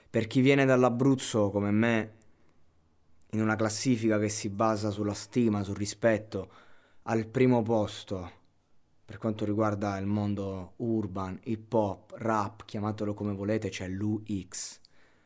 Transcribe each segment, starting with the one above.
Per chi viene dall'Abruzzo come me, in una classifica che si basa sulla stima, sul rispetto, al primo posto per quanto riguarda il mondo urban, hip hop, rap, chiamatelo come volete, c'è Lu-X,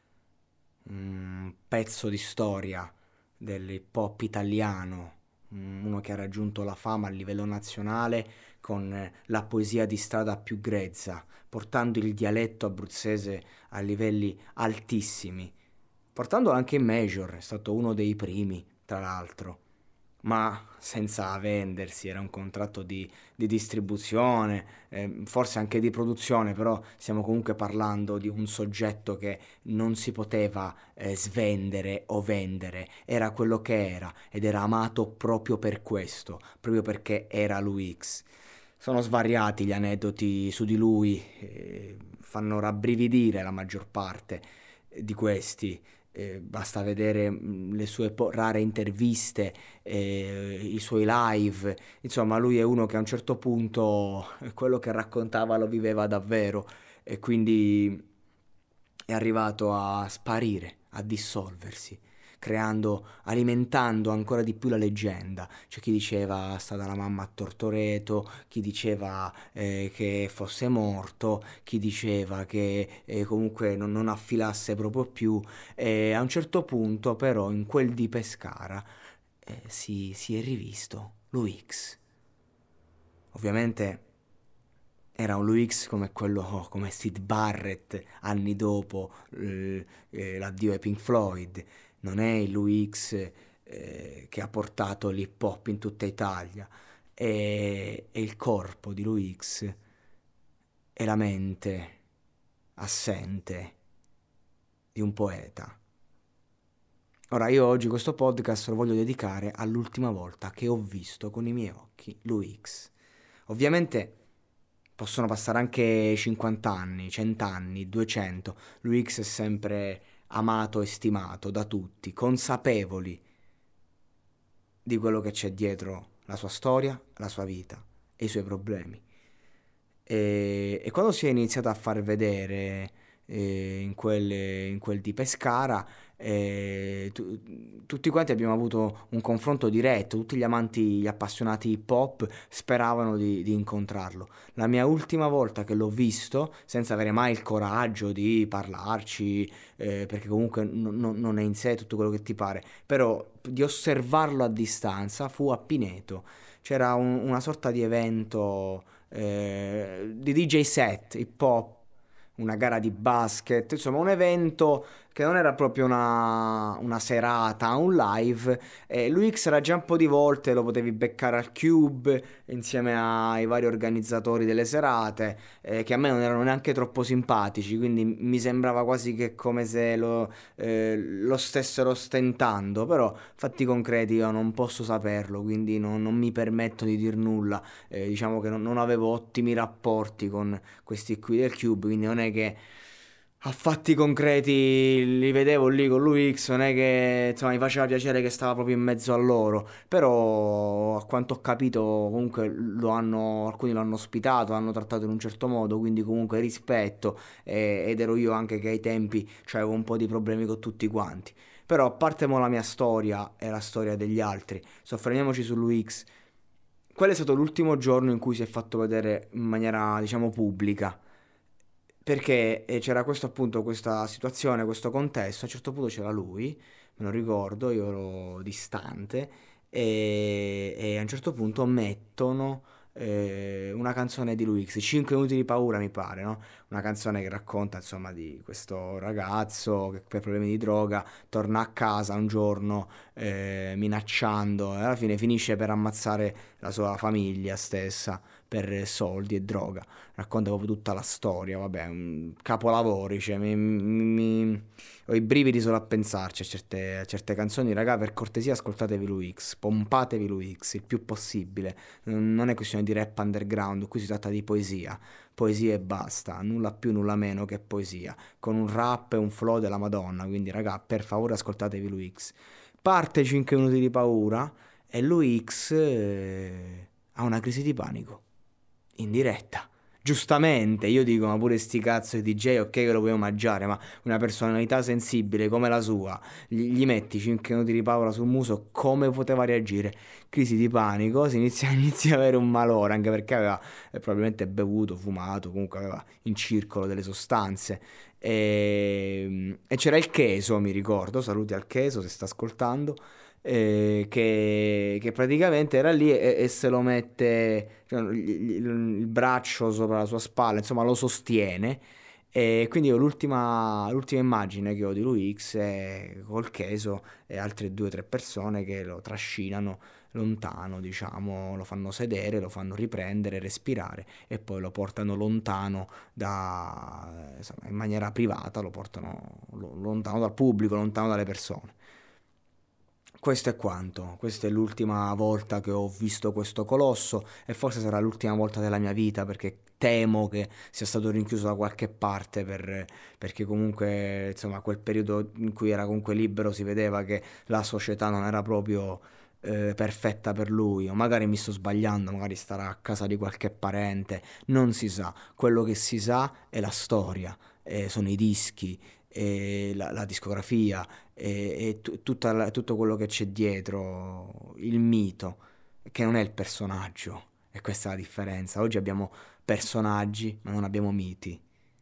un pezzo di storia dell'hip hop italiano, uno che ha raggiunto la fama a livello nazionale con la poesia di strada più grezza, portando il dialetto abruzzese a livelli altissimi, portandolo anche in major, è stato uno dei primi, tra l'altro, ma senza vendersi, era un contratto di distribuzione, forse anche di produzione, però stiamo comunque parlando di un soggetto che non si poteva svendere o vendere, era quello che era ed era amato proprio per questo, proprio perché era lui X. Sono svariati gli aneddoti su di lui, fanno rabbrividire la maggior parte di questi. Basta vedere le sue rare interviste, i suoi live. Insomma, lui è uno che a un certo punto quello che raccontava lo viveva davvero e quindi è arrivato a sparire, a dissolversi, creando, alimentando ancora di più la leggenda. C'è chi diceva stata la mamma a Tortoreto, chi diceva che fosse morto, chi diceva che comunque non affilasse proprio più. E a un certo punto, però, in quel di Pescara si è rivisto l'UX. Ovviamente era un Luix come quello, come Sid Barrett anni dopo l'addio ai Pink Floyd. Non è il Luix che ha portato l'hip hop in tutta Italia. È il corpo di Luix e la mente assente di un poeta. Ora io oggi questo podcast lo voglio dedicare all'ultima volta che ho visto con i miei occhi Luix. Ovviamente possono passare anche 50 anni, 100 anni, 200. Luix è sempre amato e stimato da tutti, consapevoli di quello che c'è dietro la sua storia, la sua vita e i suoi problemi. E quando si è iniziato a far vedere in quel di Pescara, tutti quanti abbiamo avuto un confronto diretto, tutti gli amanti, gli appassionati hip hop speravano di incontrarlo. La mia ultima volta che l'ho visto, senza avere mai il coraggio di parlarci, perché comunque non è in sé tutto quello che ti pare, però di osservarlo a distanza fu a Pineto. C'era una sorta di evento di DJ set, hip hop, una gara di basket, insomma un evento che non era proprio una serata, un live. L'UX era già un po' di volte, lo potevi beccare al Cube insieme ai vari organizzatori delle serate, che a me non erano neanche troppo simpatici, quindi mi sembrava quasi che come se lo stessero stentando, però fatti concreti io non posso saperlo, quindi non mi permetto di dir nulla. Diciamo che non avevo ottimi rapporti con questi qui del Cube, quindi non è che a fatti concreti li vedevo lì con l'UX, non è che insomma mi faceva piacere che stava proprio in mezzo a loro, però a quanto ho capito comunque alcuni lo hanno ospitato, l'hanno trattato in un certo modo, quindi comunque rispetto, ed ero io anche che ai tempi avevo un po' di problemi con tutti quanti. Però a parte mo la mia storia e la storia degli altri, soffermiamoci sull'UX. Qual è stato l'ultimo giorno in cui si è fatto vedere in maniera, diciamo, pubblica? Perché c'era questo appunto, questa situazione, questo contesto, a un certo punto c'era lui, me lo ricordo, io ero distante, e a un certo punto mettono una canzone di lui, 5 minuti di paura mi pare, no? Una canzone che racconta insomma di questo ragazzo che per problemi di droga torna a casa un giorno minacciando e alla fine finisce per ammazzare la sua famiglia stessa per soldi e droga. Racconta proprio tutta la storia, vabbè, un capolavoro, cioè, ho i brividi solo a pensarci a certe canzoni, raga, per cortesia ascoltatevi l'UX, pompatevi l'UX il più possibile, non è questione di rap underground, qui si tratta di poesia, poesia e basta, nulla più, nulla meno che poesia, con un rap e un flow della Madonna, quindi raga, per favore ascoltatevi l'UX. Parte 5 minuti di paura e l'UX ha una crisi di panico in diretta Giustamente, io dico, ma pure sti cazzo di DJ, ok che lo puoi omaggiare, ma una personalità sensibile come la sua, gli metti 5 minuti di Paola sul muso, come poteva reagire? Crisi di panico, inizia a avere un malore, anche perché aveva probabilmente bevuto, fumato, comunque aveva in circolo delle sostanze. E c'era il Cheso, mi ricordo, saluti al Cheso se sta ascoltando, che praticamente era lì e se lo mette, cioè, il braccio sopra la sua spalla, insomma lo sostiene. E quindi io l'ultima immagine che ho di lui X è col Cheso e altre due o tre persone che lo trascinano lontano, diciamo, lo fanno sedere, lo fanno riprendere, respirare e poi lo portano lontano insomma, in maniera privata, lo portano lontano dal pubblico, lontano dalle persone. Questo è quanto, questa è l'ultima volta che ho visto questo colosso e forse sarà l'ultima volta della mia vita perché temo che sia stato rinchiuso da qualche parte perché comunque insomma quel periodo in cui era comunque libero si vedeva che la società non era proprio perfetta per lui, o magari mi sto sbagliando, magari starà a casa di qualche parente, non si sa, quello che si sa è la storia, sono i dischi, la discografia tutto quello che c'è dietro, il mito, che non è il personaggio, e questa è la differenza. Oggi abbiamo personaggi, ma non abbiamo miti.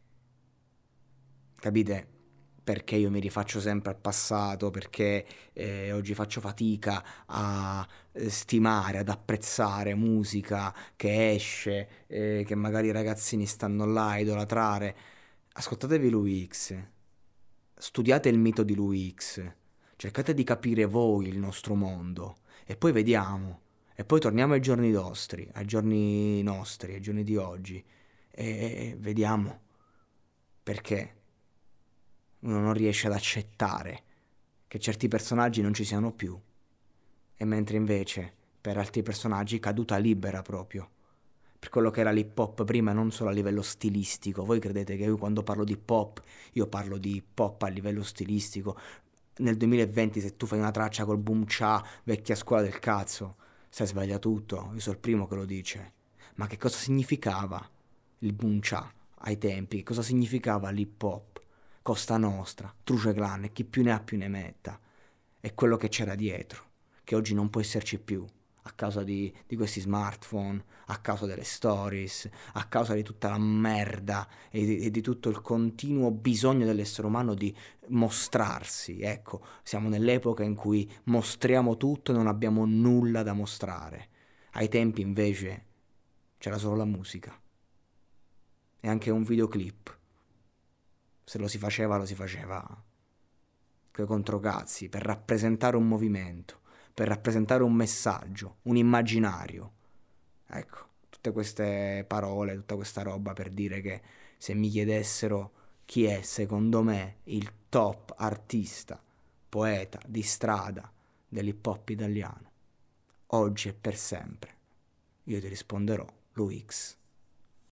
Capite? Perché io mi rifaccio sempre al passato, perché oggi faccio fatica a stimare, ad apprezzare musica che esce, che magari i ragazzini stanno là a idolatrare. Ascoltatevi lui X, studiate il mito di lui X, cercate di capire voi il nostro mondo e poi vediamo. E poi torniamo ai giorni di oggi e vediamo perché uno non riesce ad accettare che certi personaggi non ci siano più, e mentre invece per altri personaggi caduta libera proprio. Per quello che era l'hip hop prima, non solo a livello stilistico. Voi credete che io quando parlo di pop, io parlo di hip hop a livello stilistico? Nel 2020 se tu fai una traccia col boom cha, vecchia scuola del cazzo, stai sbaglia tutto, io sono il primo che lo dice. Ma che cosa significava il boom cha ai tempi? Che cosa significava l'hip hop? Costa Nostra, Truce Clan e chi più ne ha più ne metta. È quello che c'era dietro, che oggi non può esserci più a causa di questi smartphone, a causa delle stories, a causa di tutta la merda e di tutto il continuo bisogno dell'essere umano di mostrarsi. Ecco, siamo nell'epoca in cui mostriamo tutto e non abbiamo nulla da mostrare. Ai tempi invece c'era solo la musica e anche un videoclip. Se lo si faceva coi controcazzi per rappresentare un movimento, per rappresentare un messaggio, un immaginario. Ecco, tutte queste parole, tutta questa roba per dire che se mi chiedessero chi è secondo me il top artista, poeta di strada dell'hip hop italiano, oggi e per sempre, io ti risponderò Luix.